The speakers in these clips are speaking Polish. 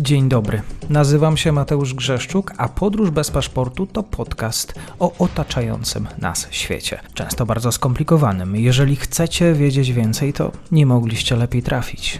Dzień dobry, nazywam się Mateusz Grzeszczuk, a Podróż bez paszportu to podcast o otaczającym nas świecie. Często bardzo skomplikowanym. Jeżeli chcecie wiedzieć więcej, to nie mogliście lepiej trafić.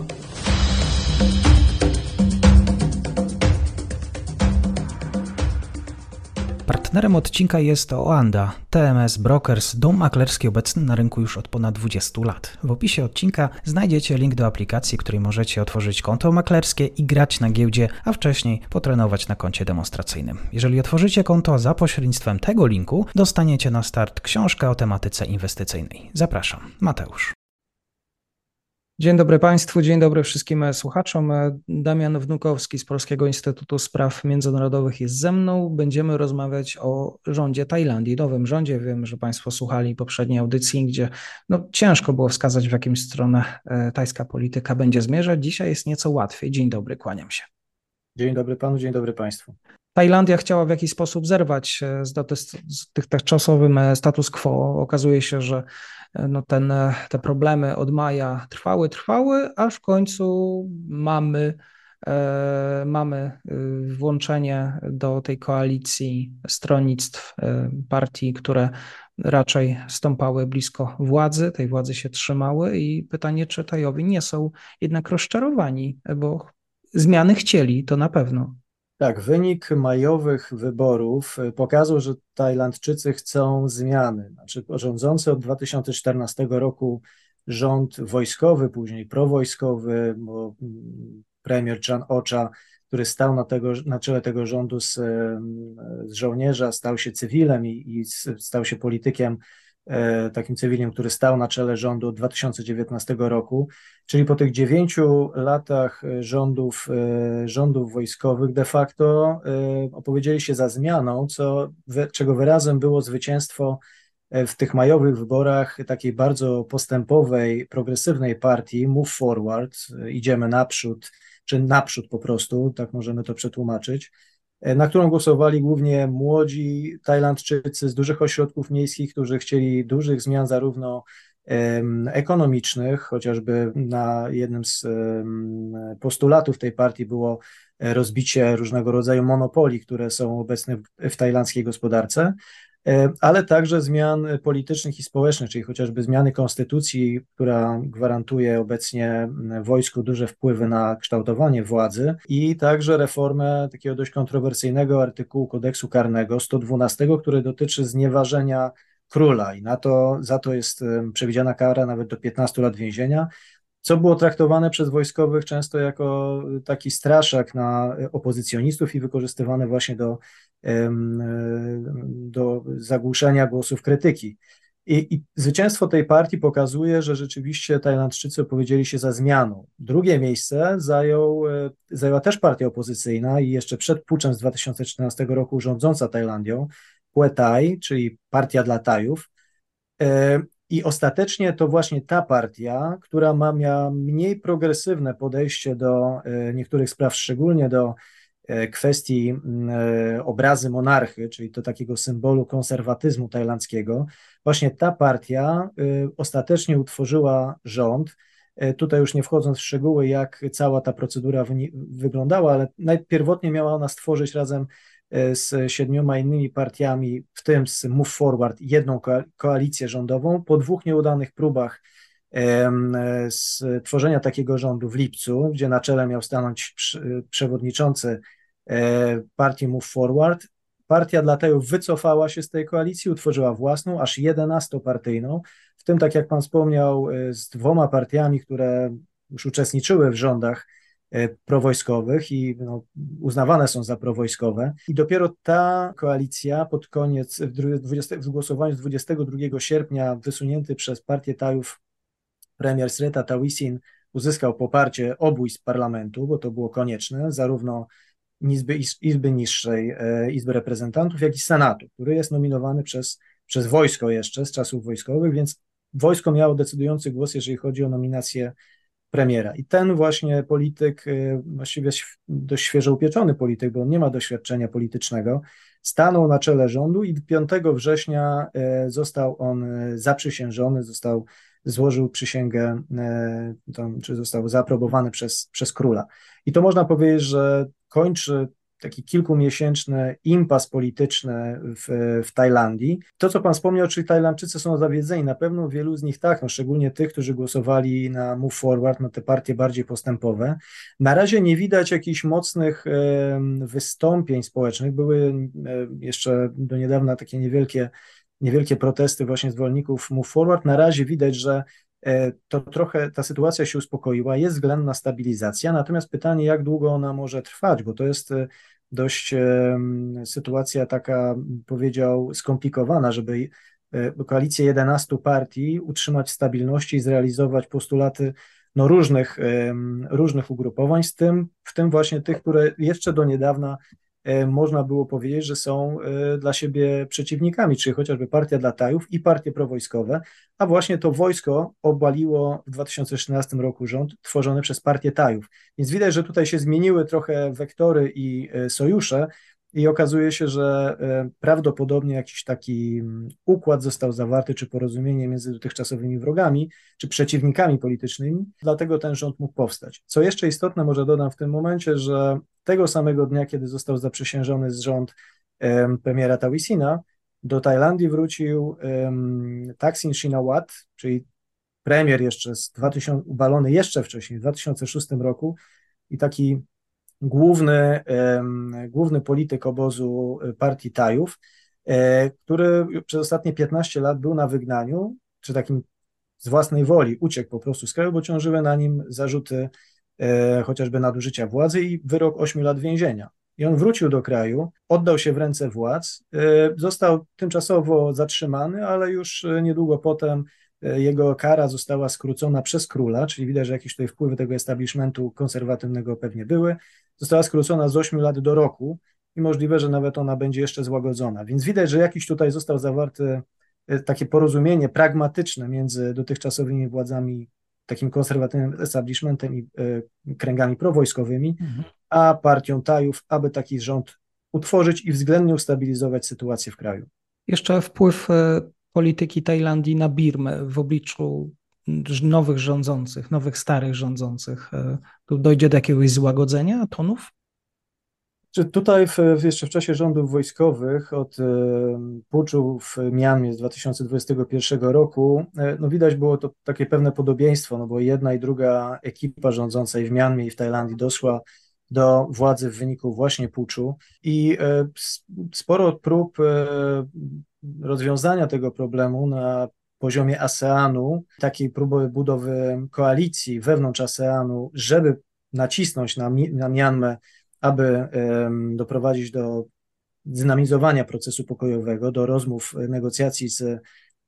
Partnerem odcinka jest Oanda, TMS Brokers, dom maklerski obecny na rynku już od ponad 20 lat. W opisie odcinka znajdziecie link do aplikacji, w której możecie otworzyć konto maklerskie i grać na giełdzie, a wcześniej potrenować na koncie demonstracyjnym. Jeżeli otworzycie konto za pośrednictwem tego linku, dostaniecie na start książkę o tematyce inwestycyjnej. Zapraszam, Mateusz. Dzień dobry Państwu, dzień dobry wszystkim słuchaczom. Damian Wnukowski z Polskiego Instytutu Spraw Międzynarodowych jest ze mną. Będziemy rozmawiać o rządzie Tajlandii, nowym rządzie. Wiem, że Państwo słuchali poprzedniej audycji, gdzie ciężko było wskazać, w jaką stronę tajska polityka będzie zmierzać. Dzisiaj jest nieco łatwiej. Dzień dobry, kłaniam się. Dzień dobry Panu, dzień dobry Państwu. Tajlandia chciała w jakiś sposób zerwać z dotychczasowym status quo. Okazuje się, że te problemy od maja trwały, aż w końcu mamy włączenie do tej koalicji stronnictw partii, które raczej stąpały blisko władzy, tej władzy się trzymały i pytanie, czy Tajowi nie są jednak rozczarowani, bo zmiany chcieli, to na pewno. Tak, wynik majowych wyborów pokazał, że Tajlandczycy chcą zmiany. Znaczy, rządzący od 2014 roku rząd wojskowy, później prowojskowy, bo premier Chan Ocha, który stał na czele tego rządu z żołnierza, stał się cywilem i stał się politykiem, takim cywilem, który stał na czele rządu od 2019 roku, czyli po tych 9 latach rządów wojskowych de facto opowiedzieli się za zmianą, czego wyrazem było zwycięstwo w tych majowych wyborach takiej bardzo postępowej, progresywnej partii Move Forward, idziemy naprzód, czy naprzód po prostu, tak możemy to przetłumaczyć, na którą głosowali głównie młodzi Tajlandczycy z dużych ośrodków miejskich, którzy chcieli dużych zmian zarówno ekonomicznych, chociażby na jednym z postulatów tej partii było rozbicie różnego rodzaju monopoli, które są obecne w tajlandzkiej gospodarce, ale także zmian politycznych i społecznych, czyli chociażby zmiany konstytucji, która gwarantuje obecnie wojsku duże wpływy na kształtowanie władzy i także reformę takiego dość kontrowersyjnego artykułu kodeksu karnego 112, który dotyczy znieważenia króla i za to jest przewidziana kara nawet do 15 lat więzienia, co było traktowane przez wojskowych często jako taki straszak na opozycjonistów i wykorzystywane właśnie do zagłuszenia głosów krytyki. I zwycięstwo tej partii pokazuje, że rzeczywiście Tajlandczycy opowiedzieli się za zmianą. Drugie miejsce zajęła też partia opozycyjna i jeszcze przed puczem z 2014 roku rządząca Tajlandią, Pheu Thai, czyli Partia dla Tajów. I ostatecznie to właśnie ta partia, która miała mniej progresywne podejście do niektórych spraw, szczególnie do kwestii obrazy monarchy, czyli do takiego symbolu konserwatyzmu tajlandzkiego, właśnie ta partia ostatecznie utworzyła rząd. Tutaj już nie wchodząc w szczegóły, jak cała ta procedura wyglądała, ale najpierwotnie miała ona stworzyć razem z 7 innymi partiami, w tym z Move Forward, jedną koalicję rządową. Po 2 nieudanych próbach stworzenia takiego rządu w lipcu, gdzie na czele miał stanąć przewodniczący partii Move Forward, Partia dla Tajów wycofała się z tej koalicji, utworzyła własną, aż 11-partyjną, w tym, tak jak pan wspomniał, z 2 partiami, które już uczestniczyły w rządach prowojskowych i uznawane są za prowojskowe. I dopiero ta koalicja pod koniec, w głosowaniu z 22 sierpnia wysunięty przez partię Tajów premier Srettha Thavisin uzyskał poparcie obu izb parlamentu, bo to było konieczne, zarówno Izby Niższej, Izby Reprezentantów, jak i Senatu, który jest nominowany przez wojsko jeszcze z czasów wojskowych, więc wojsko miało decydujący głos, jeżeli chodzi o nominację premiera. I ten właśnie polityk, właściwie dość świeżo upieczony polityk, bo on nie ma doświadczenia politycznego, stanął na czele rządu i 5 września został on zaprzysiężony, został złożył przysięgę, czy został zaaprobowany przez króla. I to można powiedzieć, że kończy taki kilkumiesięczny impas polityczny w Tajlandii. To, co pan wspomniał, czyli Tajlandczycy są zawiedzeni, na pewno wielu z nich tak, no szczególnie tych, którzy głosowali na Move Forward, na te partie bardziej postępowe. Na razie nie widać jakichś mocnych wystąpień społecznych. Były jeszcze do niedawna takie niewielkie protesty właśnie zwolenników Move Forward. Na razie widać, że to trochę ta sytuacja się uspokoiła, jest względna stabilizacja, natomiast pytanie, jak długo ona może trwać, bo to jest dość sytuacja taka, powiedział, skomplikowana, żeby koalicję 11 partii utrzymać w stabilności i zrealizować postulaty no, różnych ugrupowań, w tym właśnie tych, które jeszcze do niedawna można było powiedzieć, że są dla siebie przeciwnikami, czyli chociażby Partia dla Tajów i partie prowojskowe, a właśnie to wojsko obaliło w 2013 roku rząd tworzony przez Partię Tajów. Więc widać, że tutaj się zmieniły trochę wektory i sojusze i okazuje się, że prawdopodobnie jakiś taki układ został zawarty, czy porozumienie między dotychczasowymi wrogami, czy przeciwnikami politycznymi, dlatego ten rząd mógł powstać. Co jeszcze istotne, może dodam w tym momencie, że tego samego dnia, kiedy został zaprzysiężony rząd premiera Thawisina, do Tajlandii wrócił Thaksin Shinawatra, czyli premier jeszcze ubalony jeszcze wcześniej, w 2006 roku i taki główny polityk obozu partii Tajów, który przez ostatnie 15 lat był na wygnaniu, czy takim z własnej woli uciekł po prostu z kraju, bo ciążyły na nim zarzuty chociażby nadużycia władzy i wyrok 8 lat więzienia. I on wrócił do kraju, oddał się w ręce władz, został tymczasowo zatrzymany, ale już niedługo potem jego kara została skrócona przez króla, czyli widać, że jakieś tutaj wpływy tego establishmentu konserwatywnego pewnie były. Została skrócona z 8 lat do roku i możliwe, że nawet ona będzie jeszcze złagodzona. Więc widać, że jakiś tutaj został zawarty takie porozumienie pragmatyczne między dotychczasowymi władzami, takim konserwatywnym establishmentem i kręgami prowojskowymi, a partią Tajów, aby taki rząd utworzyć i względnie ustabilizować sytuację w kraju. Jeszcze wpływ polityki Tajlandii na Birmę w obliczu nowych rządzących, nowych starych rządzących. Tu dojdzie do jakiegoś złagodzenia tonów? Czy tutaj jeszcze w czasie rządów wojskowych od puczu w Mjanmie z 2021 roku, no widać było to takie pewne podobieństwo, no bo jedna i druga ekipa rządząca i w Mjanmie i w Tajlandii doszła do władzy w wyniku właśnie puczu i sporo prób rozwiązania tego problemu na poziomie ASEAN-u, takiej próby budowy koalicji wewnątrz ASEAN-u, żeby nacisnąć na Mjanmę, aby doprowadzić do dynamizowania procesu pokojowego, do rozmów, negocjacji z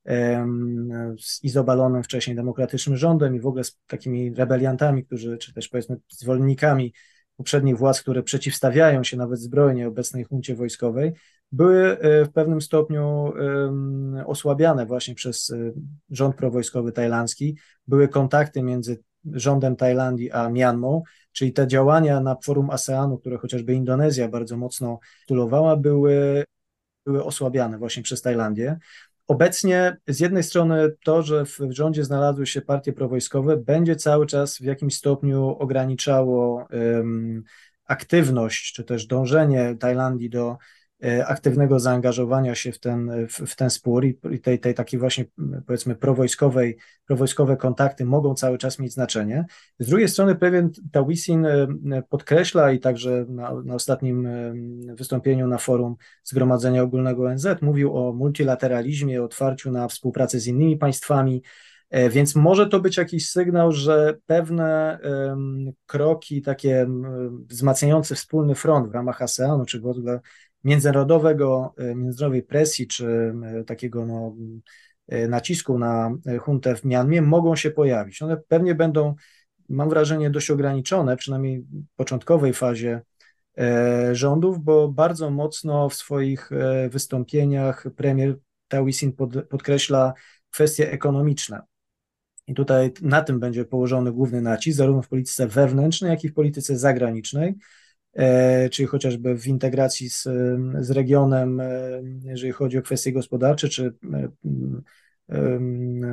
izobalonym wcześniej demokratycznym rządem i w ogóle z takimi rebeliantami, czy też powiedzmy zwolennikami poprzednich władz, które przeciwstawiają się nawet zbrojnie obecnej juncie wojskowej, były w pewnym stopniu osłabiane właśnie przez rząd prowojskowy tajlandzki. Były kontakty między rządem Tajlandii a Mjanmą, czyli te działania na forum ASEAN-u, które chociażby Indonezja bardzo mocno stulowała, były osłabiane właśnie przez Tajlandię. Obecnie z jednej strony to, że w rządzie znalazły się partie prowojskowe, będzie cały czas w jakimś stopniu ograniczało aktywność, czy też dążenie Tajlandii do aktywnego zaangażowania się w ten spór i tej takiej właśnie powiedzmy prowojskowe kontakty mogą cały czas mieć znaczenie. Z drugiej strony pewien Thawisin podkreśla i także na ostatnim wystąpieniu na forum Zgromadzenia Ogólnego ONZ mówił o multilateralizmie, o otwarciu na współpracę z innymi państwami, więc może to być jakiś sygnał, że pewne kroki takie wzmacniające wspólny front w ramach ASEAN-u, czy w ogóle międzynarodowej presji, czy takiego nacisku na juntę w Mjanmie mogą się pojawić. One pewnie będą, mam wrażenie, dość ograniczone, przynajmniej w początkowej fazie rządów, bo bardzo mocno w swoich wystąpieniach premier Thawisin podkreśla kwestie ekonomiczne. I tutaj na tym będzie położony główny nacisk, zarówno w polityce wewnętrznej, jak i w polityce zagranicznej, czyli chociażby w integracji z regionem, jeżeli chodzi o kwestie gospodarcze, czy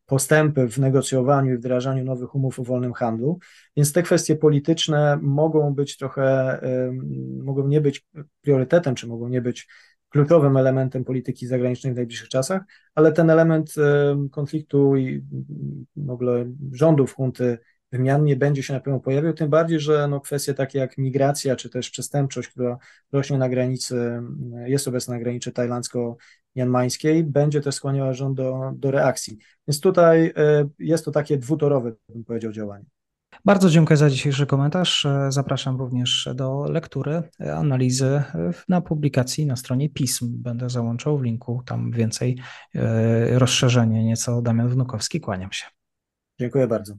postępy w negocjowaniu i wdrażaniu nowych umów o wolnym handlu, więc te kwestie polityczne mogą być mogą nie być priorytetem, czy mogą nie być kluczowym elementem polityki zagranicznej w najbliższych czasach, ale ten element konfliktu i w ogóle rządów junty wymiennie będzie się na pewno pojawiał, tym bardziej, że kwestie takie jak migracja, czy też przestępczość, która rośnie na granicy, jest obecna na granicy tajlandzko-mianmańskiej, będzie też skłaniała rząd do reakcji. Więc tutaj jest to takie dwutorowe, bym powiedział, działanie. Bardzo dziękuję za dzisiejszy komentarz. Zapraszam również do lektury, analizy na publikacji na stronie Pism. Będę załączał w linku, tam więcej rozszerzenie nieco. Damian Wnukowski, kłaniam się. Dziękuję bardzo.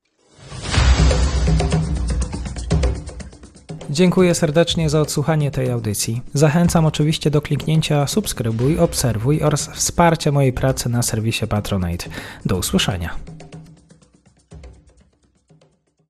Dziękuję serdecznie za odsłuchanie tej audycji. Zachęcam oczywiście do kliknięcia subskrybuj, obserwuj oraz wsparcia mojej pracy na serwisie Patronite. Do usłyszenia.